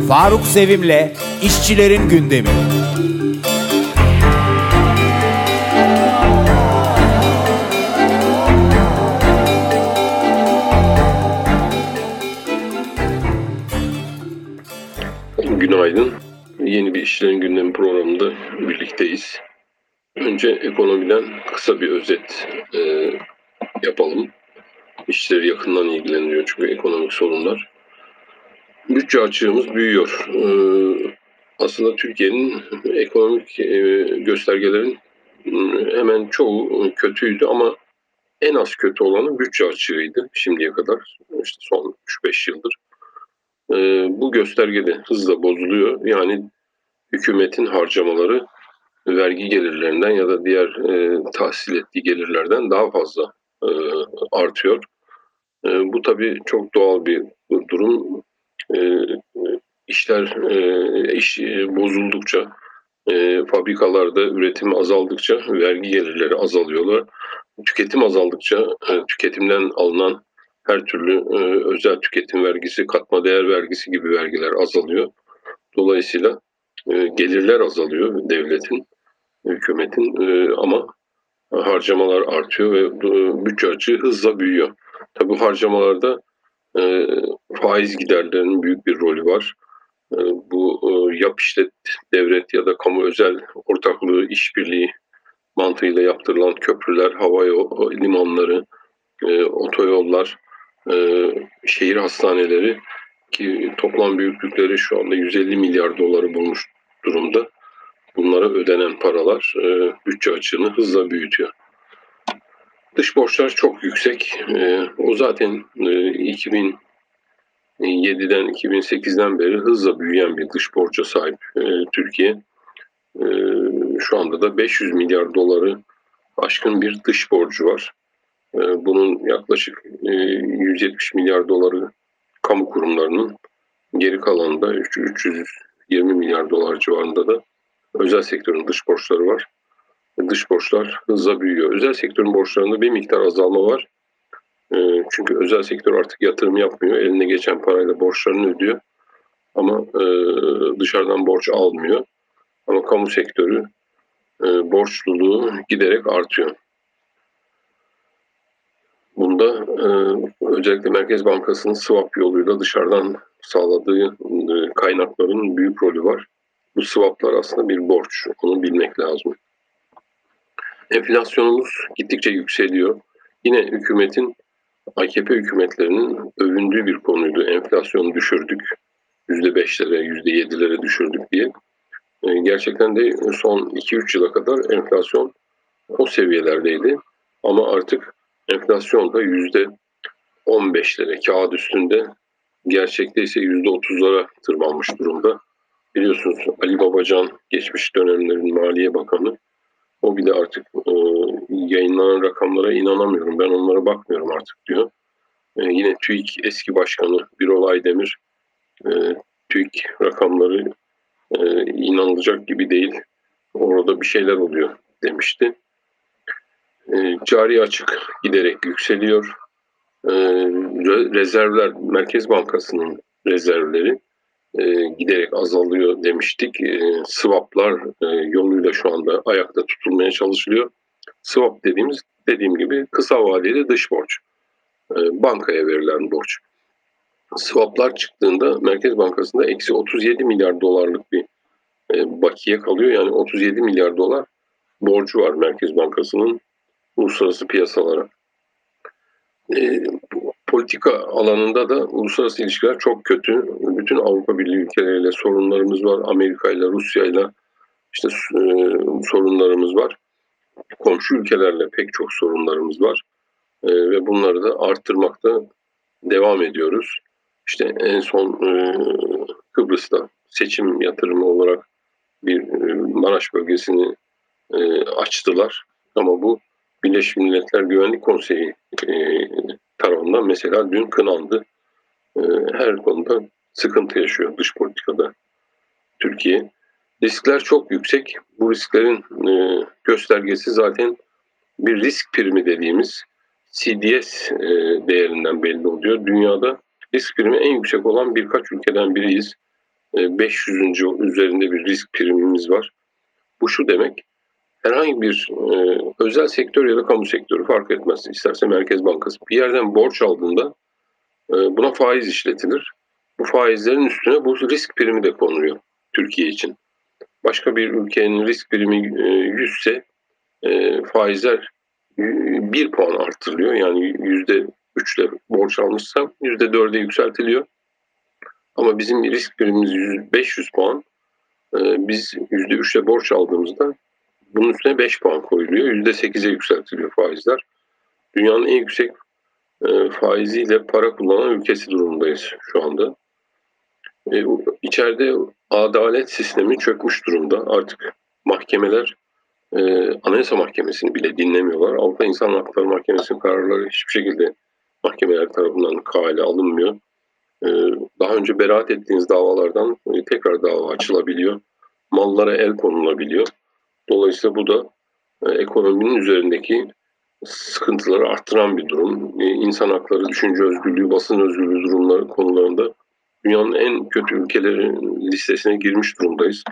Faruk Sevim'le İşçilerin Gündemi. Günaydın. Yeni bir İşçilerin Gündemi programında birlikteyiz. Önce ekonomiden kısa bir özet yapalım. İşçileri yakından ilgilendiriyor çünkü ekonomik sorunlar. Bütçe açığımız büyüyor. Aslında Türkiye'nin ekonomik göstergelerin hemen çoğu kötüydü ama en az kötü olanı bütçe açığıydı şimdiye kadar. İşte son 3-5 yıldır. Bu göstergede hızla bozuluyor. Yani hükümetin harcamaları vergi gelirlerinden ya da diğer tahsil ettiği gelirlerden daha fazla artıyor. Bu tabii çok doğal bir durum. İşler bozuldukça, fabrikalarda üretim azaldıkça vergi gelirleri azalıyorlar. Tüketim azaldıkça tüketimden alınan her türlü özel tüketim vergisi, katma değer vergisi gibi vergiler azalıyor. Dolayısıyla gelirler azalıyor devletin, hükümetin ama harcamalar artıyor ve bütçe açığı hızla büyüyor. Tabii bu harcamalarda faiz giderlerinin büyük bir rolü var. Bu yap işlet devlet ya da kamu özel ortaklığı, işbirliği mantığıyla yaptırılan köprüler, hava limanları, otoyollar, şehir hastaneleri ki toplam büyüklükleri şu anda 150 milyar doları bulmuş durumda. Bunlara ödenen paralar bütçe açığını hızla büyütüyor. Dış borçlar çok yüksek. O zaten 2007'den 2008'den beri hızla büyüyen bir dış borca sahip Türkiye. Şu anda da 500 milyar doları aşkın bir dış borcu var. Bunun yaklaşık 170 milyar doları kamu kurumlarının, geri kalanında 320 milyar dolar civarında da özel sektörün dış borçları var. Dış borçlar hızla büyüyor. Özel sektörün borçlarında bir miktar azalma var. Çünkü özel sektör artık yatırım yapmıyor. Eline geçen parayla borçlarını ödüyor. Ama dışarıdan borç almıyor. Ama kamu sektörü borçluluğu giderek artıyor. Bunda özellikle Merkez Bankası'nın swap yoluyla dışarıdan sağladığı kaynakların büyük rolü var. Bu swaplar aslında bir borç. Onu bilmek lazım. Enflasyonumuz gittikçe yükseliyor. Yine AKP hükümetlerinin övündüğü bir konuydu. Enflasyonu düşürdük. %5'lere, %7'lere düşürdük diye. Gerçekten de son 2-3 yıla kadar enflasyon o seviyelerdeydi. Ama artık enflasyon da %15'lere, kağıt üstünde, gerçekte ise %30'lara tırmanmış durumda. Biliyorsunuz Ali Babacan geçmiş dönemlerin Maliye Bakanı. O bile artık yayınlanan rakamlara inanamıyorum, ben onlara bakmıyorum artık diyor. Yine TÜİK eski başkanı Birol Aydemir, TÜİK rakamları inanılacak gibi değil, orada bir şeyler oluyor demişti. Cari açık giderek yükseliyor. Rezervler, Merkez Bankası'nın rezervleri giderek azalıyor demiştik. Swaplar yoluyla şu anda ayakta tutulmaya çalışılıyor. Swap dediğim gibi kısa vadeli dış borç. Bankaya verilen borç. Swaplar çıktığında Merkez Bankası'nda eksi 37 milyar dolarlık bir bakiye kalıyor. Yani 37 milyar dolar borcu var Merkez Bankası'nın uluslararası piyasalara. Politika alanında da uluslararası ilişkiler çok kötü. Bütün Avrupa Birliği ülkeleriyle sorunlarımız var. Amerika ile, Rusya ile işte sorunlarımız var. Komşu ülkelerle pek çok sorunlarımız var. Ve bunları da arttırmakta devam ediyoruz. İşte en son Kıbrıs'ta seçim yatırımı olarak bir Maraş bölgesini açtılar. Ama bu Birleşmiş Milletler Güvenlik Konseyi tarafından mesela dün kınandı. Her konuda sıkıntı yaşıyor dış politikada Türkiye. Riskler çok yüksek. Bu risklerin göstergesi zaten bir risk primi dediğimiz CDS değerinden belli oluyor. Dünyada risk primi en yüksek olan birkaç ülkeden biriyiz. 500. üzerinde bir risk primimiz var. Bu şu demek, herhangi bir özel sektör ya da kamu sektörü fark etmez. İsterse Merkez Bankası bir yerden borç aldığında buna faiz işletilir. Bu faizlerin üstüne bu risk primi de konuluyor Türkiye için. Başka bir ülkenin risk primi 100 ise faizler 1 puan artırılıyor. Yani %3'le borç almışsam %4'e yükseltiliyor. Ama bizim risk primimiz 500 puan. Biz %3'le borç aldığımızda bunun üstüne 5 puan koyuluyor. %8'e yükseltiliyor faizler. Dünyanın en yüksek faiziyle para kullanan ülkesi durumundayız şu anda. İçeride adalet sistemi çökmüş durumda. Artık mahkemeler Anayasa Mahkemesi'ni bile dinlemiyorlar. Avrupa İnsan Hakları Mahkemesi'nin kararları hiçbir şekilde mahkemeler tarafından kale alınmıyor. Daha önce beraat ettiğiniz davalardan tekrar dava açılabiliyor. Mallara el konulabiliyor. Dolayısıyla bu da ekonominin üzerindeki sıkıntıları arttıran bir durum. İnsan hakları, düşünce özgürlüğü, basın özgürlüğü durumları konularında dünyanın en kötü ülkeleri listesine girmiş durumdayız.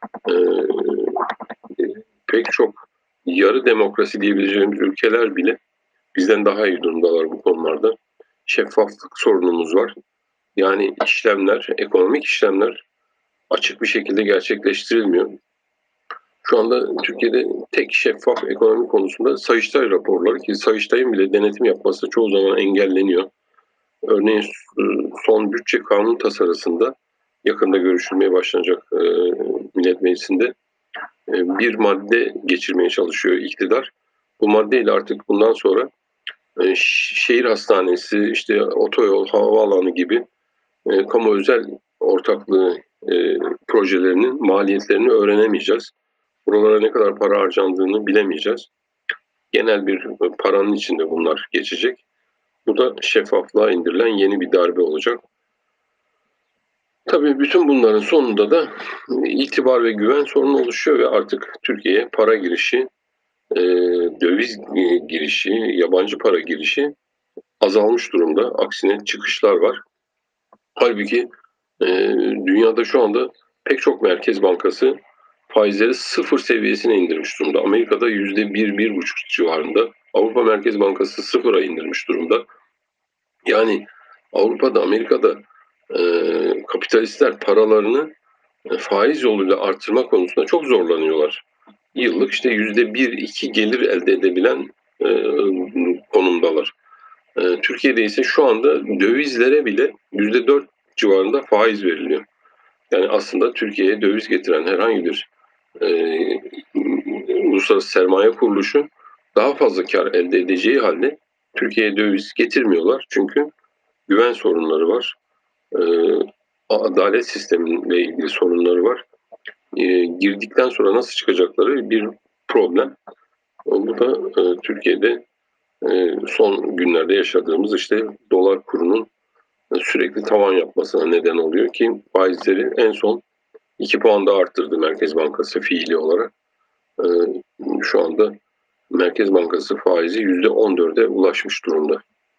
Pek çok yarı demokrasi diyebileceğimiz ülkeler bile bizden daha iyi durumdalar bu konularda. Şeffaflık sorunumuz var. Yani işlemler, ekonomik işlemler açık bir şekilde gerçekleştirilmiyor. Şu anda Türkiye'de tek şeffaf ekonomi konusunda Sayıştay raporları, ki Sayıştay'ın bile denetim yapması çoğu zaman engelleniyor. Örneğin son bütçe kanun tasarısında yakında görüşülmeye başlanacak Millet Meclisi'nde bir madde geçirmeye çalışıyor iktidar. Bu maddeyle artık bundan sonra şehir hastanesi, işte otoyol, havaalanı gibi kamu özel ortaklığı projelerinin maliyetlerini öğrenemeyeceğiz. Buralara ne kadar para harcandığını bilemeyeceğiz. Genel bir paranın içinde bunlar geçecek. Bu da şeffaflığa indirilen yeni bir darbe olacak. Tabii bütün bunların sonunda da itibar ve güven sorunu oluşuyor ve artık Türkiye'ye para girişi, döviz girişi, yabancı para girişi azalmış durumda. Aksine çıkışlar var. Halbuki dünyada şu anda pek çok merkez bankası faizleri sıfır seviyesine indirmiş durumda. Amerika'da %1-1,5 civarında. Avrupa Merkez Bankası sıfıra indirmiş durumda. Yani Avrupa'da, Amerika'da kapitalistler paralarını faiz yoluyla artırma konusunda çok zorlanıyorlar. Yıllık işte %1-2 gelir elde edebilen konumdalar. Türkiye'de ise şu anda dövizlere bile %4 civarında faiz veriliyor. Yani aslında Türkiye'ye döviz getiren herhangi bir e, uluslararası sermaye kuruluşu daha fazla kar elde edeceği halde Türkiye'ye döviz getirmiyorlar. Çünkü güven sorunları var. E, adalet sistemiyle ilgili sorunları var. Girdikten sonra nasıl çıkacakları bir problem. Bu da Türkiye'de son günlerde yaşadığımız işte dolar kurunun sürekli tavan yapmasına neden oluyor ki faizleri en son 2 puan da arttırdı Merkez Bankası fiili olarak. Şu anda Merkez Bankası faizi %14'e ulaşmış durumda.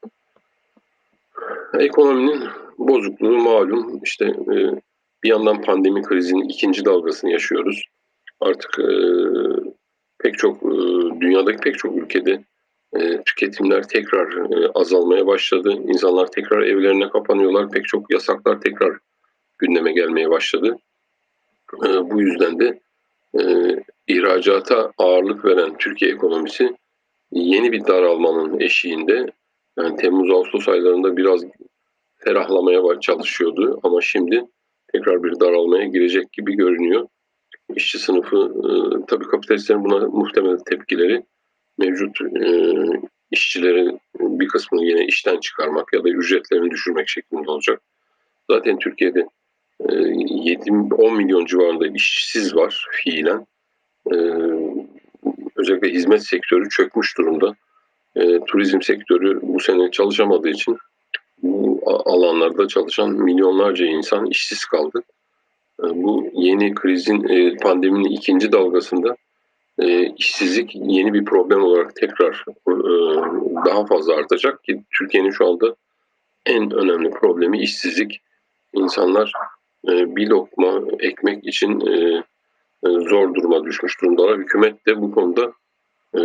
Ekonominin bozukluğu malum. İşte bir yandan pandemi krizinin ikinci dalgasını yaşıyoruz. Artık pek çok dünyadaki pek çok ülkede tüketimler tekrar azalmaya başladı. İnsanlar tekrar evlerine kapanıyorlar. Pek çok yasaklar tekrar gündeme gelmeye başladı. Bu yüzden de ihracata ağırlık veren Türkiye ekonomisi yeni bir daralmanın eşiğinde. Yani Temmuz-Ağustos aylarında biraz ferahlamaya çalışıyordu ama şimdi tekrar bir daralmaya girecek gibi görünüyor. İşçi sınıfı, tabii kapitalistlerin buna muhtemel tepkileri mevcut işçilerin bir kısmını yine işten çıkarmak ya da ücretlerini düşürmek şeklinde olacak. Zaten Türkiye'de 7-10 milyon civarında işsiz var fiilen. Özellikle hizmet sektörü çökmüş durumda. Turizm sektörü bu sene çalışamadığı için bu alanlarda çalışan milyonlarca insan işsiz kaldı. Bu yeni krizin, pandeminin ikinci dalgasında işsizlik yeni bir problem olarak tekrar daha fazla artacak ki Türkiye'nin şu anda en önemli problemi işsizlik. İnsanlar bir lokma ekmek için zor duruma düşmüş durumdalar. Hükümet de bu konuda e,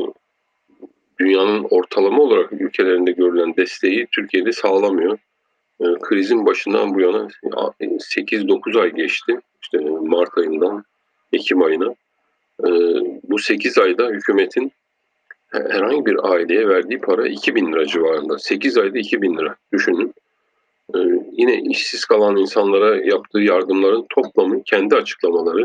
dünyanın ortalama olarak ülkelerinde görülen desteği Türkiye'de sağlamıyor. Krizin başından bu yana 8-9 ay geçti. İşte Mart ayından Ekim ayına. Bu 8 ayda hükümetin herhangi bir aileye verdiği para 2.000 lira civarında. 8 ayda 2.000 lira düşünün. Yine işsiz kalan insanlara yaptığı yardımların toplamı, kendi açıklamaları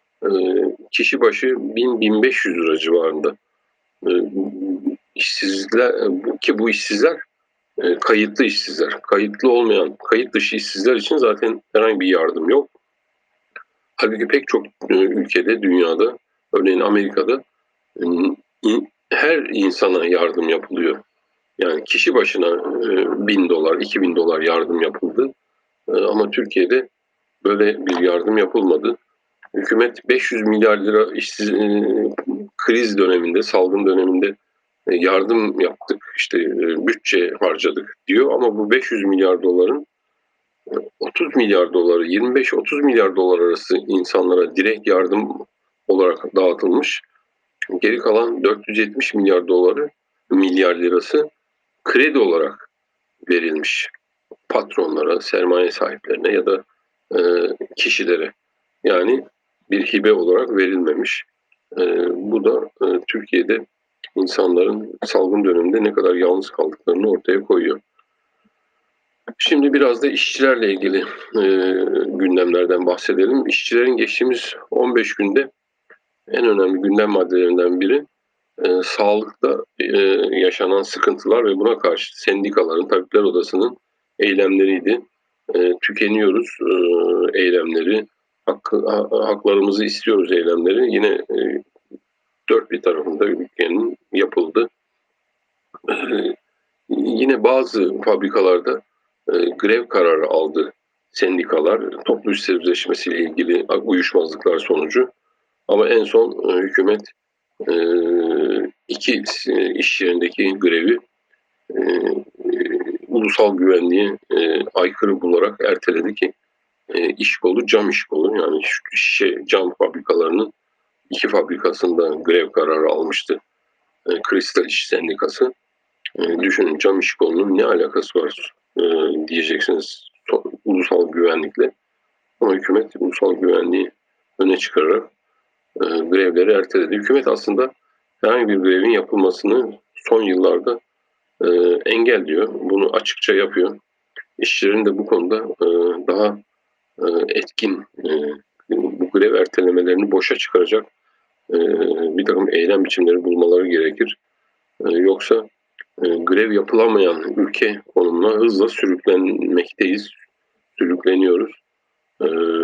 kişi başı 1000-1500 lira civarında. E, işsizler ki bu işsizler kayıtlı işsizler. Kayıtlı olmayan, kayıt dışı işsizler için zaten herhangi bir yardım yok. Halbuki pek çok ülkede, dünyada, örneğin Amerika'da her insana yardım yapılıyor. Yani kişi başına 1.000 dolar, 2.000 dolar yardım yapıldı. Ama Türkiye'de böyle bir yardım yapılmadı. Hükümet 500 milyar lira işsiz, kriz döneminde, salgın döneminde yardım yaptık, işte bütçe harcadık diyor. Ama bu 500 milyar doların 30 milyar doları, 25-30 milyar dolar arası insanlara direkt yardım olarak dağıtılmış. Geri kalan 470 milyar lirası kredi olarak verilmiş patronlara, sermaye sahiplerine ya da e, kişilere. Yani bir hibe olarak verilmemiş. Bu da Türkiye'de insanların salgın döneminde ne kadar yalnız kaldıklarını ortaya koyuyor. Şimdi biraz da işçilerle ilgili gündemlerden bahsedelim. İşçilerin geçtiğimiz 15 günde en önemli gündem maddelerinden biri sağlıkta yaşanan sıkıntılar ve buna karşı sendikaların, Tabipler Odası'nın eylemleriydi. Tükeniyoruz eylemleri, haklarımızı istiyoruz eylemleri yine dört bir tarafında ülkenin yapıldı. E, Yine bazı fabrikalarda grev kararı aldı sendikalar, toplu iş sözleşmesiyle ilgili uyuşmazlıklar sonucu. Ama en son hükümet e, iki iş yerindeki grevi e, ulusal güvenliğe aykırı bularak erteledi ki iş kolu cam iş kolu, yani cam fabrikalarının iki fabrikasında grev kararı almıştı Kristal İş Sendikası. Düşünün, cam iş kolunun ne alakası var diyeceksiniz ulusal güvenlikle. Ama hükümet ulusal güvenliği öne çıkararak grevleri erteledi. Hükümet aslında herhangi bir grevin yapılmasını son yıllarda e, engelliyor. Bunu açıkça yapıyor. İşçilerin de bu konuda daha etkin, bu grev ertelemelerini boşa çıkaracak bir takım eylem biçimleri bulmaları gerekir. Yoksa grev yapılamayan ülke konumuna hızla sürüklenmekteyiz, sürükleniyoruz. E,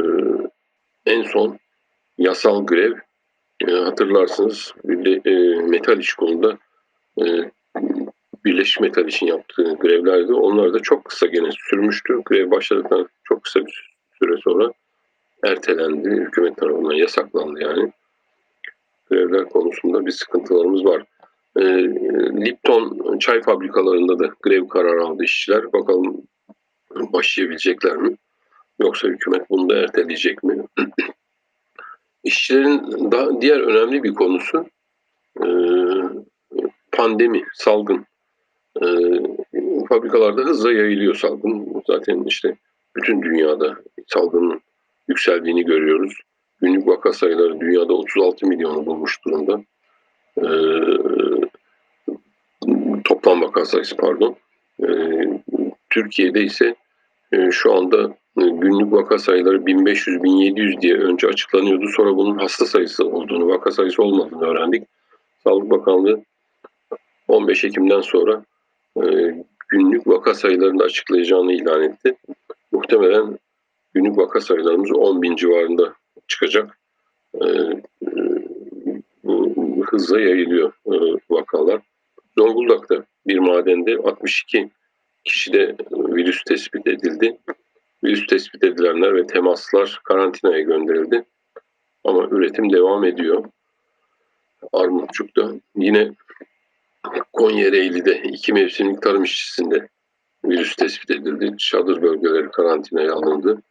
En son yasal grev, hatırlarsınız, metal iş kolunda e, Birleşik Metal için yaptığı grevlerdi. Onlar da çok kısa gene sürmüştü. Grev başladıktan çok kısa bir süre sonra ertelendi. Hükümet tarafından yasaklandı yani. Grevler konusunda bir sıkıntılarımız var. Lipton çay fabrikalarında da grev kararı aldı işçiler. Bakalım başlayabilecekler mi? Yoksa hükümet bunu da erteleyecek mi? İşçilerin diğer önemli bir konusu e, pandemi, salgın. E, Fabrikalarda hızla yayılıyor salgın. Zaten işte bütün dünyada salgının yükseldiğini görüyoruz. Günlük vaka sayıları dünyada 36 milyonu bulmuş durumda. E, Toplam vaka sayısı, pardon. E, Türkiye'de ise şu anda günlük vaka sayıları 1500-1700 diye önce açıklanıyordu. Sonra bunun hasta sayısı olduğunu, vaka sayısı olmadığını öğrendik. Sağlık Bakanlığı 15 Ekim'den sonra e, günlük vaka sayılarını açıklayacağını ilan etti. Muhtemelen günlük vaka sayılarımız 10.000 civarında çıkacak. E, Bu hızla yayılıyor vakalar. Zonguldak'ta bir madende 62 kişide virüs tespit edildi. Virüs tespit edilenler ve temaslar karantinaya gönderildi. Ama üretim devam ediyor. Armutçuk'ta yine Konya Ereğli'de 2 mevsimlik tarım işçisinde virüs tespit edildi. Çadır bölgeleri karantinaya alındı.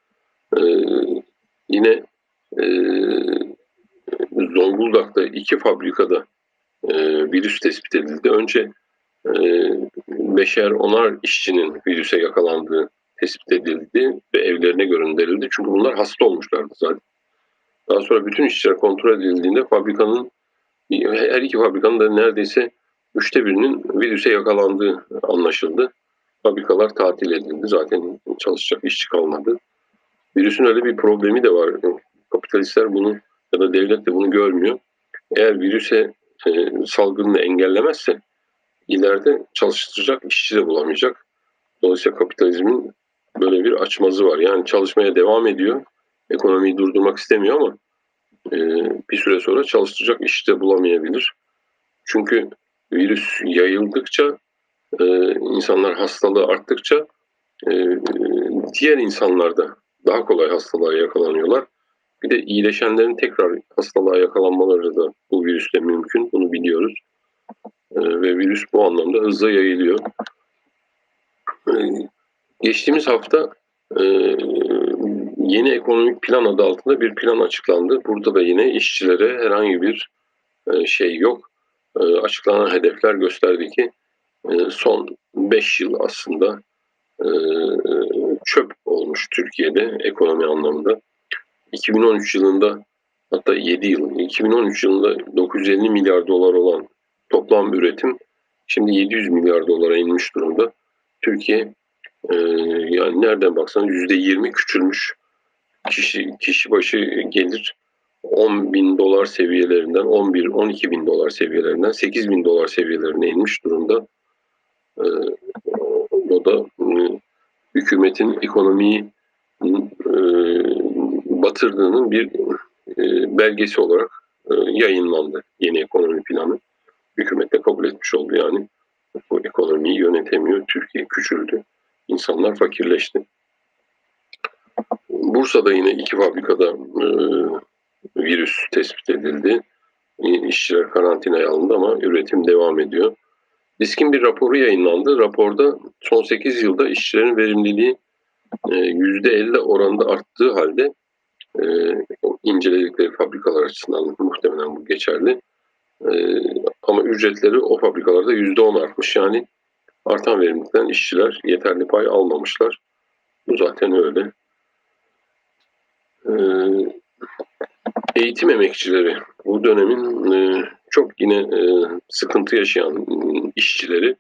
E, Yine e, Zonguldak'ta 2 fabrikada virüs tespit edildi. Önce e, beşer onar işçinin virüse yakalandığı tespit edildi ve evlerine gönderildi. Çünkü bunlar hasta olmuşlardı zaten. Daha sonra bütün işçiler kontrol edildiğinde her iki fabrikanın da neredeyse 1/3'ünün virüse yakalandığı anlaşıldı. Fabrikalar tatil edildi. Zaten çalışacak işçi kalmadı. Virüsün öyle bir problemi de var. Kapitalistler bunu ya da devlet de bunu görmüyor. Eğer salgını engellemezse ileride çalıştıracak işçi de bulamayacak. Dolayısıyla kapitalizmin böyle bir açmazı var. Yani çalışmaya devam ediyor. Ekonomiyi durdurmak istemiyor ama e, bir süre sonra çalıştıracak işçi de bulamayabilir. Çünkü virüs yayıldıkça, insanlar hastalığı arttıkça e, diğer insanlar da daha kolay hastalığa yakalanıyorlar. Bir de iyileşenlerin tekrar hastalığa yakalanmaları da bu virüsle mümkün. Bunu biliyoruz. Ve virüs bu anlamda hızla yayılıyor. E, Geçtiğimiz hafta e, yeni ekonomik plan adı altında bir plan açıklandı. Burada da yine işçilere herhangi bir şey yok. Açıklanan hedefler gösterdi ki son 5 yıl aslında e, çöp olmuş Türkiye'de ekonomi anlamında. 2013 yılında, hatta 7 yıl, 2013 yılında 950 milyar dolar olan toplam üretim şimdi 700 milyar dolara inmiş durumda. Türkiye yani nereden baksan %20 küçülmüş. Kişi başı gelir 10 bin dolar seviyelerinden 11-12 bin dolar seviyelerinden 8 bin dolar seviyelerine inmiş durumda. O da hükümetin ekonomiyi e, batırdığının bir belgesi olarak yayınlandı. Yeni ekonomi planı. Hükümet de kabul etmiş oldu yani. Bu ekonomiyi yönetemiyor. Türkiye küçüldü. İnsanlar fakirleşti. Bursa'da yine 2 fabrikada virüs tespit edildi. İşçiler karantinaya alındı ama üretim devam ediyor. DİSK'in bir raporu yayınlandı. Raporda son 8 yılda işçilerin verimliliği %50 oranında arttığı halde inceledikleri fabrikalar açısından muhtemelen bu geçerli. Ama ücretleri o fabrikalarda %10 artmış. Yani artan verimlilikten işçiler yeterli pay almamışlar. Bu zaten öyle. Eğitim emekçileri bu dönemin çok yine sıkıntı yaşayan işçileri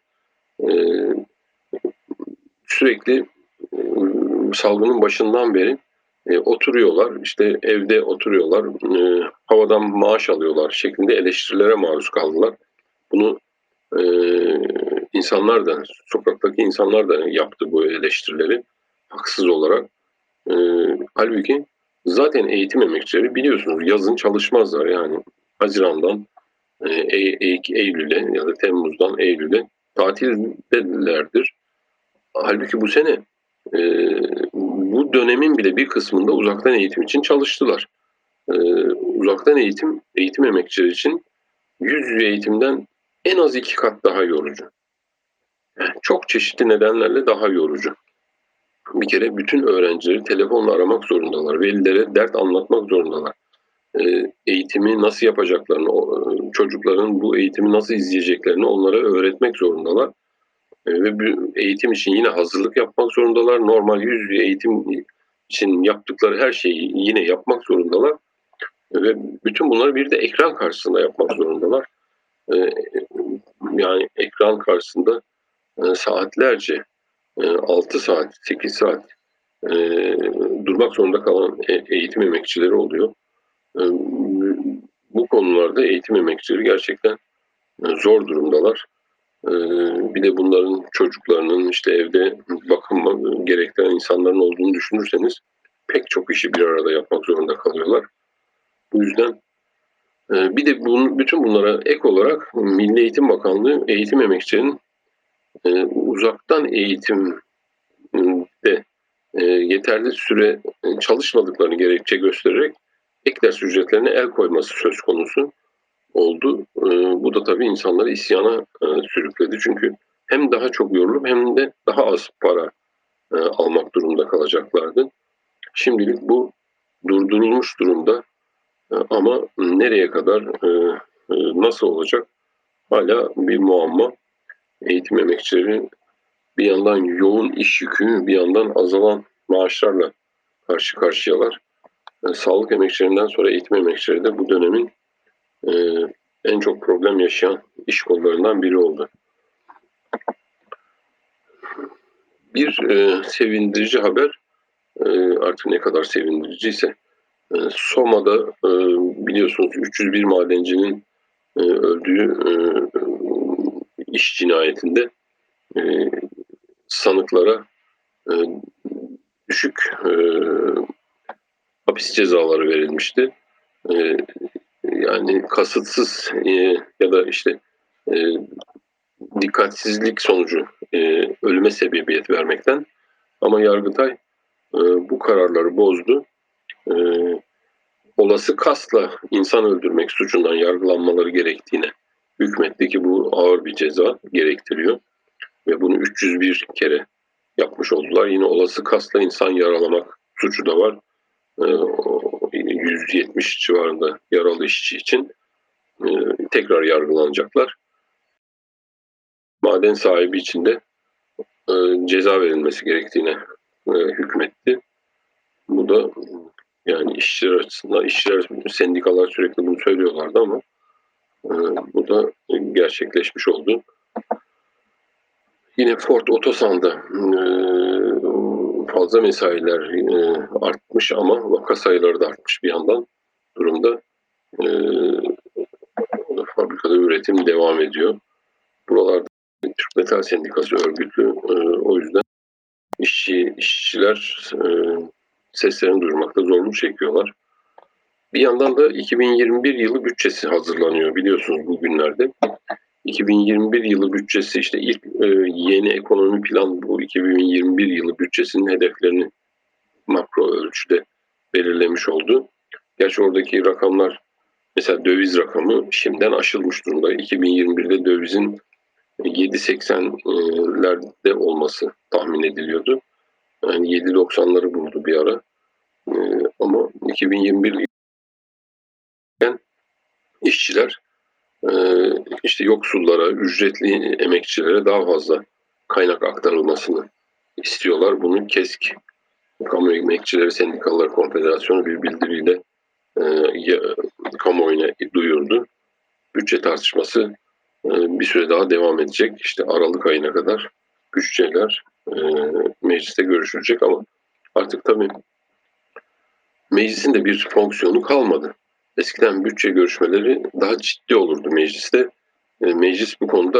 sürekli salgının başından beri oturuyorlar, işte evde oturuyorlar, havadan maaş alıyorlar şeklinde eleştirilere maruz kaldılar. Bunu e, insanlar da, sokaktaki insanlar da yaptı bu eleştirileri haksız olarak. Halbuki zaten eğitim emekçileri biliyorsunuz yazın çalışmazlar yani Haziran'dan Eylül'e ya da Temmuz'dan Eylül'e tatildelerdir. Halbuki bu sene e, bu dönemin bile bir kısmında uzaktan eğitim için çalıştılar. Uzaktan eğitim emekçileri için yüz yüze eğitimden en az 2 kat daha yorucu. Yani çok çeşitli nedenlerle daha yorucu. Bir kere bütün öğrencileri telefonla aramak zorundalar. Velilere dert anlatmak zorundalar. Eğitimi nasıl yapacaklarını, çocukların bu eğitimi nasıl izleyeceklerini onlara öğretmek zorundalar. Ve eğitim için yine hazırlık yapmak zorundalar. Normal yüz yüze eğitim için yaptıkları her şeyi yine yapmak zorundalar. Ve bütün bunları bir de ekran karşısında yapmak zorundalar. Yani ekran karşısında saatlerce, 6 saat, 8 saat durmak zorunda kalan eğitim emekçileri oluyor. Bu konularda eğitim emekçileri gerçekten zor durumdalar. Bir de bunların çocuklarının işte evde bakım gerektiren insanların olduğunu düşünürseniz pek çok işi bir arada yapmak zorunda kalıyorlar. Bu yüzden bir de bütün bunlara ek olarak Milli Eğitim Bakanlığı eğitim emekçilerinin uzaktan eğitimde yeterli süre çalışmadıklarını gerekçe göstererek ek ders ücretlerine el koyması söz konusu oldu. Bu da tabii insanları isyana sürükledi. Çünkü hem daha çok yorulup hem de daha az para almak durumunda kalacaklardı. Şimdilik bu durdurulmuş durumda. Ama nereye kadar, nasıl olacak hala bir muamma. Eğitim emekçileri bir yandan yoğun iş yükü, bir yandan azalan maaşlarla karşı karşıyalar. Sağlık emekçilerinden sonra eğitim emekçileri de bu dönemin en çok problem yaşayan iş kollarından biri oldu. Bir sevindirici haber, artık ne kadar sevindiriciyse, Soma'da biliyorsunuz 301 madencinin öldüğü iş cinayetinde sanıklara düşük hapis cezaları verilmişti. Yani kasıtsız ya da işte dikkatsizlik sonucu ölüme sebebiyet vermekten, ama Yargıtay bu kararları bozdu. Olası kasla insan öldürmek suçundan yargılanmaları gerektiğine hükmetti ki bu ağır bir ceza gerektiriyor ve bunu 301 kere yapmış oldular. Yine olası kasla insan yaralamak suçu da var. 170 civarında yaralı işçi için tekrar yargılanacaklar. Maden sahibi için de ceza verilmesi gerektiğine hükmetti. Bu da yani işçiler açısından, işçiler, sendikalar sürekli bunu söylüyorlardı ama bu da gerçekleşmiş oldu. Yine Ford Otosan'da fazla mesailer artmış ama vaka sayıları da artmış bir yandan durumda. Fabrikada üretim devam ediyor. Buralarda Türk Metal Sendikası örgütlü. O yüzden işçiler seslerini duyurmakta zorluk çekiyorlar. Bir yandan da 2021 yılı bütçesi hazırlanıyor biliyorsunuz bugünlerde. 2021 yılı bütçesi işte ilk yeni ekonomi planı bu 2021 yılı bütçesinin hedeflerini makro ölçüde belirlemiş oldu. Gerçi oradaki rakamlar, mesela döviz rakamı şimdiden aşılmış durumda. 2021'de dövizin 7.80'lerde olması tahmin ediliyordu. Yani 7.90'ları buldu bir ara. Ama 2021 işçiler işte yoksullara, ücretli emekçilere daha fazla kaynak aktarılmasını istiyorlar. Bunu KESK, Kamu Emekçileri Sendikaları Konfederasyonu bir bildiriyle kamuoyuna duyurdu. Bütçe tartışması bir süre daha devam edecek. İşte Aralık ayına kadar bütçeler mecliste görüşülecek ama artık tabii meclisin de bir fonksiyonu kalmadı. Eskiden bütçe görüşmeleri daha ciddi olurdu mecliste. Meclis bu konuda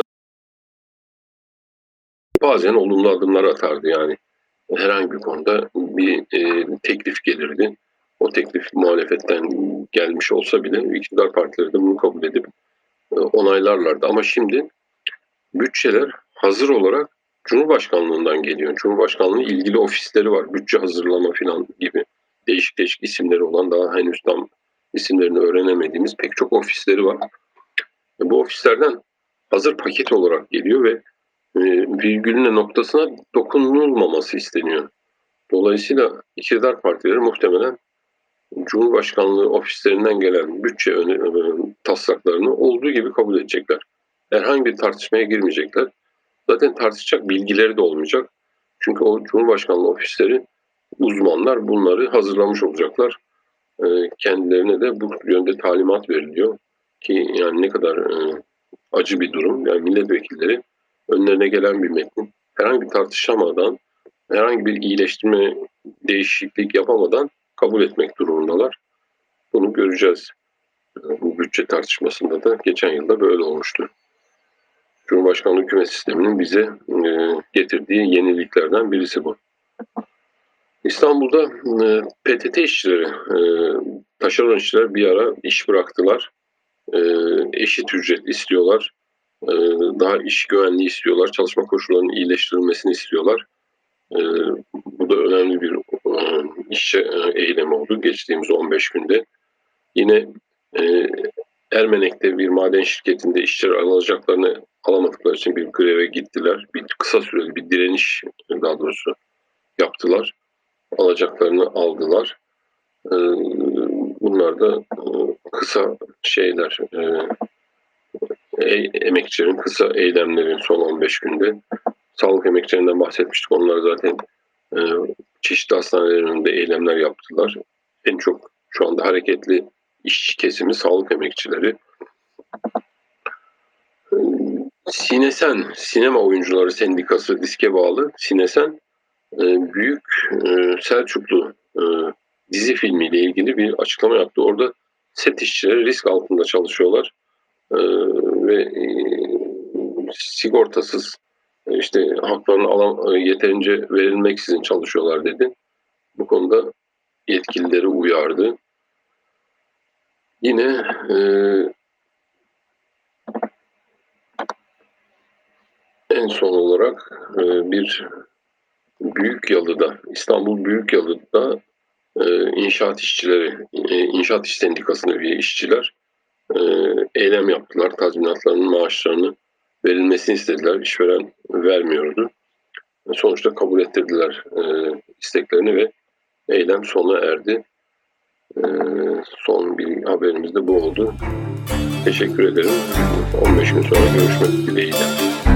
bazen olumlu adımlar atardı yani. Herhangi bir konuda bir teklif gelirdi. O teklif muhalefetten gelmiş olsa bile iktidar partileri de bunu kabul edip onaylarlardı. Ama şimdi bütçeler hazır olarak Cumhurbaşkanlığından geliyor. Cumhurbaşkanlığının ilgili ofisleri var. Bütçe hazırlama falan gibi değişik değişik isimleri olan, daha henüz tam isimlerini öğrenemediğimiz pek çok ofisleri var. Bu ofislerden hazır paket olarak geliyor ve virgülüne, noktasına dokunulmaması isteniyor. Dolayısıyla iktidar partileri muhtemelen Cumhurbaşkanlığı ofislerinden gelen bütçe taslaklarını olduğu gibi kabul edecekler. Herhangi bir tartışmaya girmeyecekler. Zaten tartışacak bilgileri de olmayacak. Çünkü o Cumhurbaşkanlığı ofisleri, uzmanlar bunları hazırlamış olacaklar. Kendilerine de bu yönde talimat veriliyor ki yani ne kadar acı bir durum. Yani milletvekilleri önlerine gelen bir metni herhangi bir tartışamadan, herhangi bir iyileştirme, değişiklik yapamadan kabul etmek durumundalar. Bunu göreceğiz. Bu bütçe tartışmasında da geçen yılda böyle olmuştu. Cumhurbaşkanlığı hükümet sisteminin bize getirdiği yeniliklerden birisi bu. İstanbul'da PTT işçileri, taşeron işçiler bir ara iş bıraktılar. Eşit ücret istiyorlar. Daha iş güvenliği istiyorlar. Çalışma koşullarının iyileştirilmesini istiyorlar. Bu da önemli bir işçi eylemi oldu geçtiğimiz 15 günde. Yine Ermenek'te bir maden şirketinde işçiler alacaklarını alamadıkları için bir greve gittiler. Bir kısa süreli bir direniş, daha doğrusu yaptılar. alacaklarını aldılar. Bunlar da kısa şeyler, emekçilerin kısa eylemleri son 15 günde. Sağlık emekçilerinden bahsetmiştik. Onlar zaten çeşitli hastanelerin önünde eylemler yaptılar. En çok şu anda hareketli işçi kesimi sağlık emekçileri. Sinesen, Sinema Oyuncuları Sendikası diske bağlı Sinesen, Büyük Selçuklu dizi filmiyle ilgili bir açıklama yaptı. Orada set işçileri risk altında çalışıyorlar ve sigortasız işte haklarını yeterince verilmeksizin çalışıyorlar dedi. Bu konuda yetkilileri uyardı. Yine en son olarak bir Büyükyalı'da, İstanbul Büyükyalı'da inşaat işçileri, inşaat iş sendikasına üye işçiler eylem yaptılar. Tazminatlarının, maaşlarını verilmesini istediler. İşveren vermiyordu. Sonuçta kabul ettirdiler isteklerini ve eylem sona erdi. Son bir haberimiz de bu oldu. Teşekkür ederim. 15 gün sonra görüşmek dileğiyle.